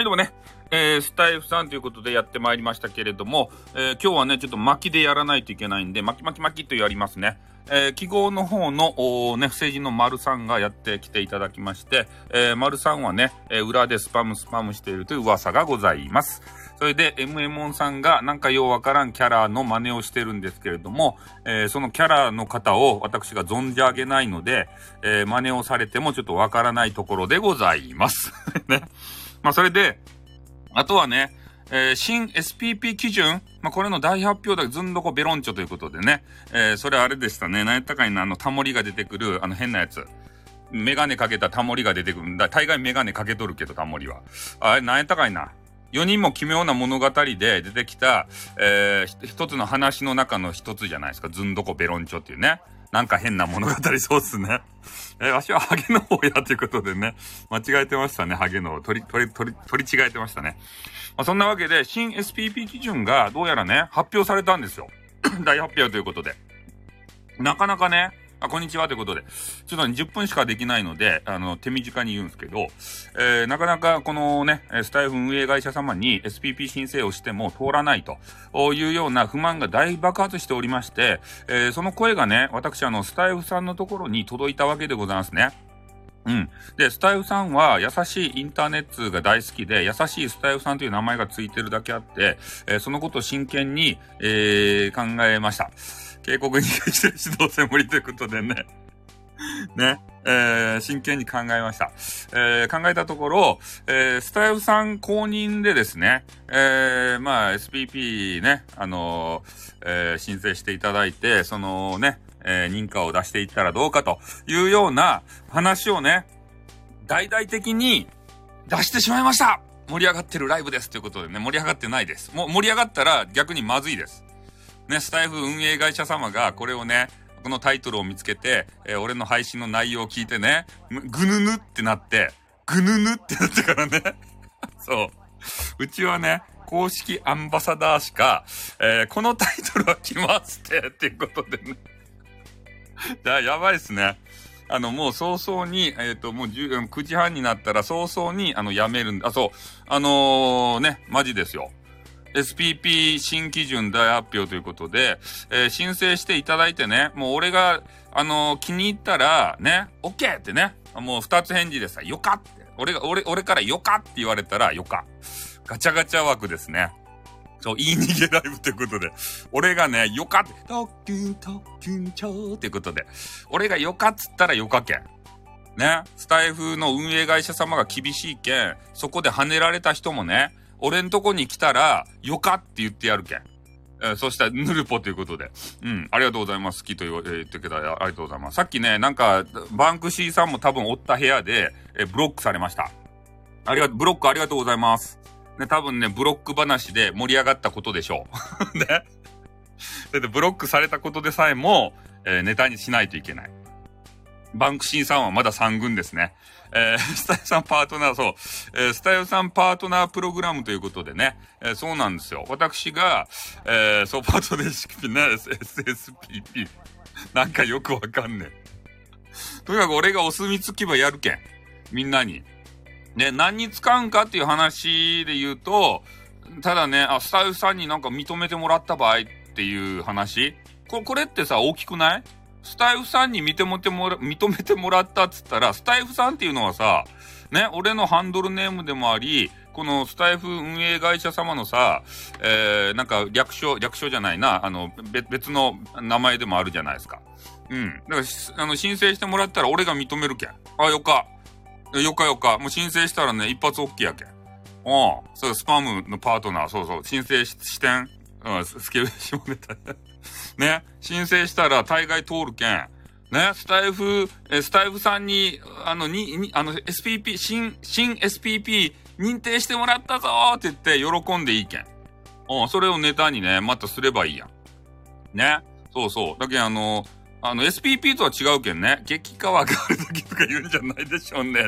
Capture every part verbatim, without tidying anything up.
はい、どうもね、えー、スタイフさんということでやってまいりましたけれども、えー、今日はね、ちょっと巻きでやらないといけないんで、巻き巻き巻きとやりますね。えー、記号の方の、ね、不正人の丸さんがやってきていただきまして、えー、丸さんはね、えー、裏でスパムスパムしているという噂がございます。それで、エムエムオン さんがなんかようわからんキャラの真似をしてるんですけれども、えー、そのキャラの方を私が存じ上げないので、えー、真似をされてもちょっとわからないところでございます。ね。まあ、それで、あとはね、えー、新 エスピーピー 基準、まあ、これの大発表だけずんどこベロンチョということでね、えー、それあれでしたね。何やったかいな、あの、タモリが出てくる、あの変なやつ。メガネかけたタモリが出てくるんだ。大概メガネかけとるけど、タモリは。あれ、何やったかいな。よにんも奇妙な物語で出てきた、えー、一つの話の中の一つじゃないですか。ずんどこベロンチョっていうね。なんか変な物語、そうっすね。えー、わしはハゲの方やということでね、間違えてましたね、ハゲの。取り、取り、取り、取り違えてましたね。まあ、そんなわけで、新 エスピーピー 基準がどうやらね、発表されたんですよ。大発表ということで。なかなかね、あ、こんにちはということで。ちょっと、ね、じゅっぷんしかできないので、あの、手短に言うんですけど、えー、なかなかこのね、スタイフ運営会社様に エスピーピー 申請をしても通らないというような不満が大爆発しておりまして、えー、その声がね、私あの、スタイフさんのところに届いたわけでございますね。うん。で、スタイフさんは優しいインターネットが大好きで、優しいスタイフさんという名前がついてるだけあって、えー、そのことを真剣に、えー、考えました。警告に対して指導戦無理ということでね。ね。えー、真剣に考えました。えー、考えたところ、えー、スタイフさん公認でですね、えー、まあ、エスピーピー ね、あのー、えー、申請していただいて、そのね、えー、認可を出していったらどうかというような話をね、大々的に出してしまいました。盛り上がってるライブですということでね、盛り上がってないです。もう盛り上がったら逆にまずいです。ね、スタイフ運営会社様がこれをね、このタイトルを見つけて、えー、俺の配信の内容を聞いてね、ぐぬぬってなって、ぐぬぬってなってからね、そう。うちはね、公式アンバサダーしか、えー、このタイトルは来ますって、っていうことでね。じゃあ、やばいっすね。あの、もう早々に、えっと、もうくじはんになったら早々に、あの、やめるんだ。あ、そう。あのー、ね、マジですよ。エスピーピー 新基準大発表ということで、えー、申請していただいてね、もう俺が、あのー、気に入ったら、ね、OK ってね、もう二つ返事でさ、よかって。俺が、俺、俺からよかって言われたら、よか。ガチャガチャ枠ですね。そう、言い逃げライブということで、俺がね、よかって、特訓、特訓長ということで、俺がよかっつったらよかけん。ね、スタイフの運営会社様が厳しいけん、そこで跳ねられた人もね、俺んとこに来たら、よかって言ってやるけん。えー、そしたら、ヌルポということで。うん、ありがとうございます。好きと言ってくれたら、ありがとうございます。さっきね、なんか、バンクシーさんも多分おった部屋で、えー、ブロックされました。ありがとう、ブロックありがとうございます。ね、多分ね、ブロック話で盛り上がったことでしょう。ね。だってブロックされたことでさえも、えー、ネタにしないといけない。バンクシーさんはまださん軍ですね。えー、スタイフさんパートナー、そう、えー、スタイフさんパートナープログラムということでね、えー、そうなんですよ。私が、えー、そう、パートナーシップね、エスエスピーピー。なんかよくわかんねえ。とにかく俺がお墨付きばやるけん。みんなに。ね、何に使うんかっていう話で言うと、ただね、あ、スタイフさんになんか認めてもらった場合っていう話。これ、これってさ、大きくない？スタイフさんに認めてもら、認めてもらったっつったら、スタイフさんっていうのはさ、ね、俺のハンドルネームでもあり、このスタイフ運営会社様のさ、えー、なんか略称、略称じゃないな、あの、別の名前でもあるじゃないですか。うん。だから、あの、申請してもらったら俺が認めるけん。あ、よか。よかよか。もう申請したらね、一発 OK やけん。ああ、そう、スパムのパートナー、そうそう、申請し、してん。うん、スケベ下ネタ。ね、申請したら大概通るけん。ね、スタイフ、え、スタイフさんに、あの、に、に、あの、エスピーピー、新、新 エスピーピー 認定してもらったぞーって言って喜んでいいけん。うん、それをネタにね、またすればいいやん。ね。そうそう。だけどあの、あの、エスピーピー とは違うけんね。激川があるだけとか言うんじゃないでしょうねって。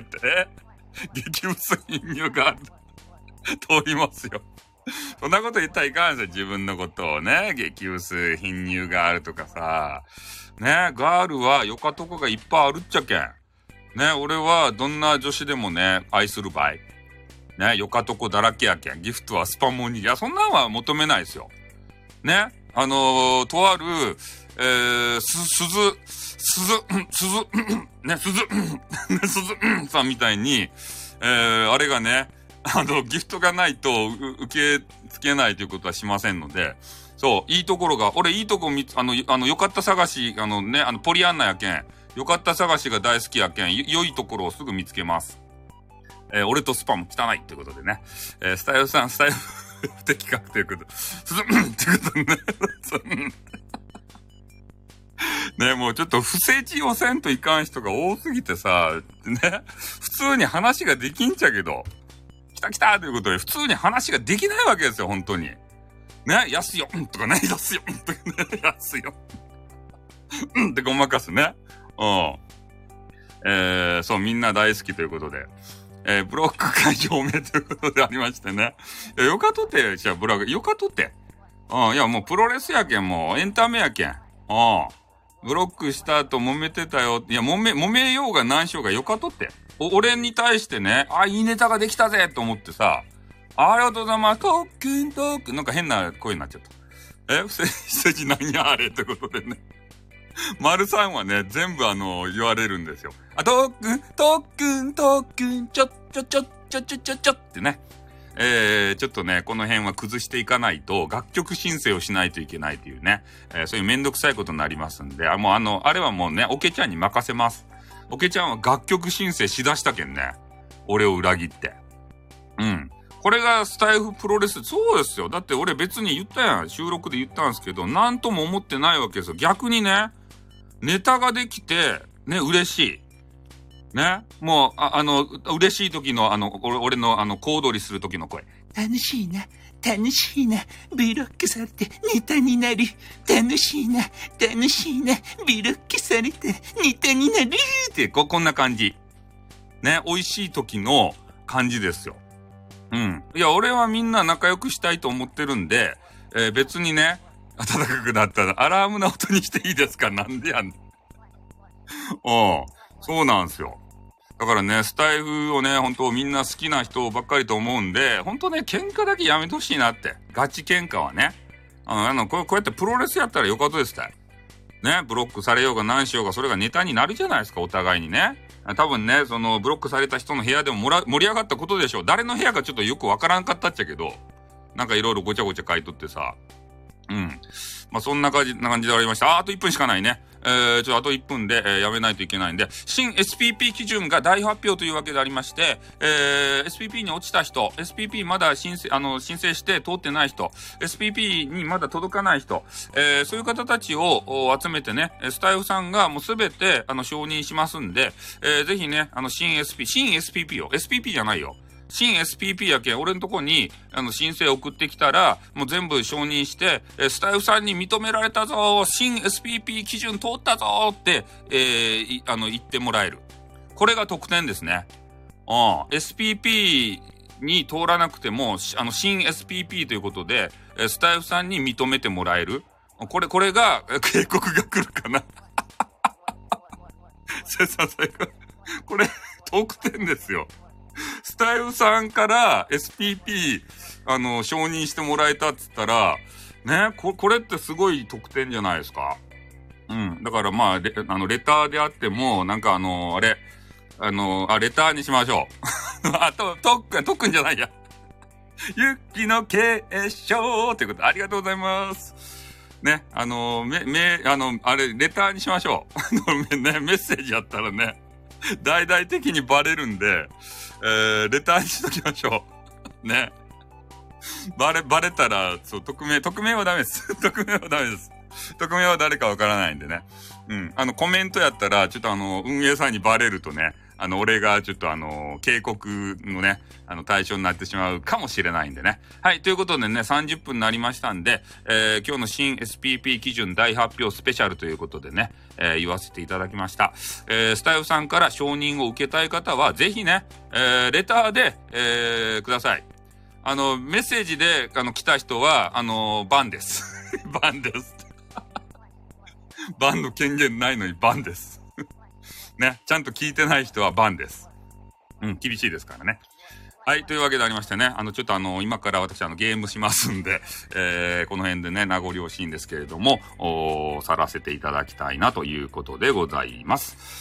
激薄貧乳がある。通りますよ。そんなこと言ったらいかんすよ。自分のことをね。激薄貧乳があるとかさ。ね。ガールはよかとこがいっぱいあるっちゃけん。ね。俺はどんな女子でもね、愛する場合。 ね、よかとこだらけやけん。ギフトはスパムに。いや、そんなんは求めないですよ。ね。あのー、とある、えー、す、すず、すず、すず、ね、すず、ね、すず、さんみたいに、えー、あれがね、あの、ギフトがないと、受け付けないということはしませんので、そう、いいところが、俺いいとこ見つ、あの、あの、よかった探し、あのね、あの、ポリアンナやけん、よかった探しが大好きやけん、良いところをすぐ見つけます。えー、俺とスパム汚いってことでね、えー、スタイルさん、スタイル不適格ということで、すず、ってことでね、ね、もうちょっと不正治をせんといかん人が多すぎてさ、ね、普通に話ができんちゃけど、来た来たということで、普通に話ができないわけですよ、本当に。ね、安よ、とかね、安よ、とかね、安よ。うんってごまかすね。うん。えー、そう、みんな大好きということで。えー、ブロック解除おめということでありましてね。いやよかとって、じゃあブロック、よかとって。うん、いやもうプロレスやけん、もうエンタメやけん。うん。ブロックした後揉めてたよ。いや、揉め、揉めようが何しようがよかとって。お、俺に対してね、あ、いいネタができたぜと思ってさ、ありがとうございます。トークン、トークン。なんか変な声になっちゃった。え、不正筋何やあれってことでね。丸さんはね、全部あの、言われるんですよ。あ、トークン、トークン、トークン、ちょ、ちょ、ちょ、ちょ、ちょ、ちょ、ちょってね。えー、ちょっとね、この辺は崩していかないと、楽曲申請をしないといけないというね、えー、そういうめんどくさいことになりますんで、あ、もうあの、あれはもうね、オケちゃんに任せます。オケちゃんは楽曲申請しだしたけんね。俺を裏切って。うん。これがスタイフプロレス、そうですよ。だって俺別に言ったやん。収録で言ったんですけど、なんとも思ってないわけですよ。逆にね、ネタができて、ね、嬉しい。ね。もう、あ、あの、嬉しい時の、あの、俺俺の、あの、小躍りする時の声。楽しいな、楽しいな、ブロックされてネタになる。楽しいな、楽しいな、ブロックされてネタになるって、こ、こんな感じ。ね、美味しい時の感じですよ。うん。いや、俺はみんな仲良くしたいと思ってるんで、えー、別にね、暖かくなったらアラームの音にしていいですか？なんでやんねん。うん。そうなんですよ。だからね、スタイフをね、本当みんな好きな人ばっかりと思うんで、本当ね、喧嘩だけやめてほしいなって。ガチ喧嘩はね。あの、こうこうやってプロレスやったらよかったですって。ね、ブロックされようが何しようが、それがネタになるじゃないですか、お互いにね。多分ね、その、ブロックされた人の部屋でももら盛り上がったことでしょう。誰の部屋かちょっとよくわからんかったっちゃけど、なんかいろいろごちゃごちゃ書いとってさ。うん。まあ、そんな感じ、な感じでありました。あ、あといっぷんしかないね。えー、ちょっとあといっぷんで、えー、やめないといけないんで、新 エスピーピー 基準が大発表というわけでありまして、えー、エスピーピー に落ちた人、エスピーピー まだ申請、あの、申請して通ってない人、エスピーピー にまだ届かない人、えー、そういう方たちを集めてね、スタイフさんがもうすべて、あの、承認しますんで、えー、ぜひね、あの、新 エスピー、新 エスピーピー よ。エスピーピー じゃないよ。新 エスピーピー やけん、俺のとこに、あの、申請送ってきたら、もう全部承認して、えー、スタイフさんに認められたぞ、新 エスピーピー 基準通ったぞって、えー、あの、言ってもらえる。これが特典ですね。うん。エスピーピー に通らなくても、あの、新 エスピーピー ということで、えー、スタイフさんに認めてもらえる。これ、これが、警告が来るかな。せささこれ、特典ですよ。スタイフさんから エスピーピー、あの、承認してもらえたっつったら、ね、こ、これってすごい特典じゃないですか。うん。だからまあ、レ、あの、レターであっても、なんかあの、あれ、あの、あ、レターにしましょう。あ、と、とっくん、とっくんじゃないや。ゆきの結晶ってこと、ありがとうございます。ね、あの、め、め、あの、あれ、レターにしましょう。あの、ね、メッセージやったらね、大々的にバレるんで、えー、レターにしときましょう。ね。バレ、バレたら、そう、匿名、匿名はダメです。匿名はダメです。匿名は誰かわからないんでね。うん。あの、コメントやったら、ちょっとあの、運営さんにバレるとね、あの、俺がちょっとあの、警告のね、あの、対象になってしまうかもしれないんでね。はい。ということでね、さんじゅっぷんになりましたんで、えー、今日の新 エスピーピー 基準大発表スペシャルということでね、えー、言わせていただきました。えー、スタイフさんから承認を受けたい方は、ぜひね、えー、レターで、えー、ください。あの、メッセージで、あの、来た人は、あの、バンです。バンです。バンの権限ないのにバンです。ね、ちゃんと聞いてない人はバンです。うん、厳しいですからね。 はい、というわけでありましてね、あの、ちょっとあの、今から私あの、ゲームしますんで、えー、この辺でね、名残惜しいんですけれども、おー、去らせていただきたいなということでございます。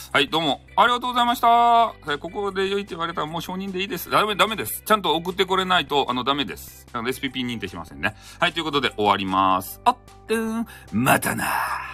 はい、どうも、ありがとうございました。はい、ここで良いって言われたらもう承認でいいです。ダメ、ダメです。ちゃんと送ってこれないと、あの、ダメです。エスピーピー 認定しませんね。はい、ということで終わります。あっ、うん、またな。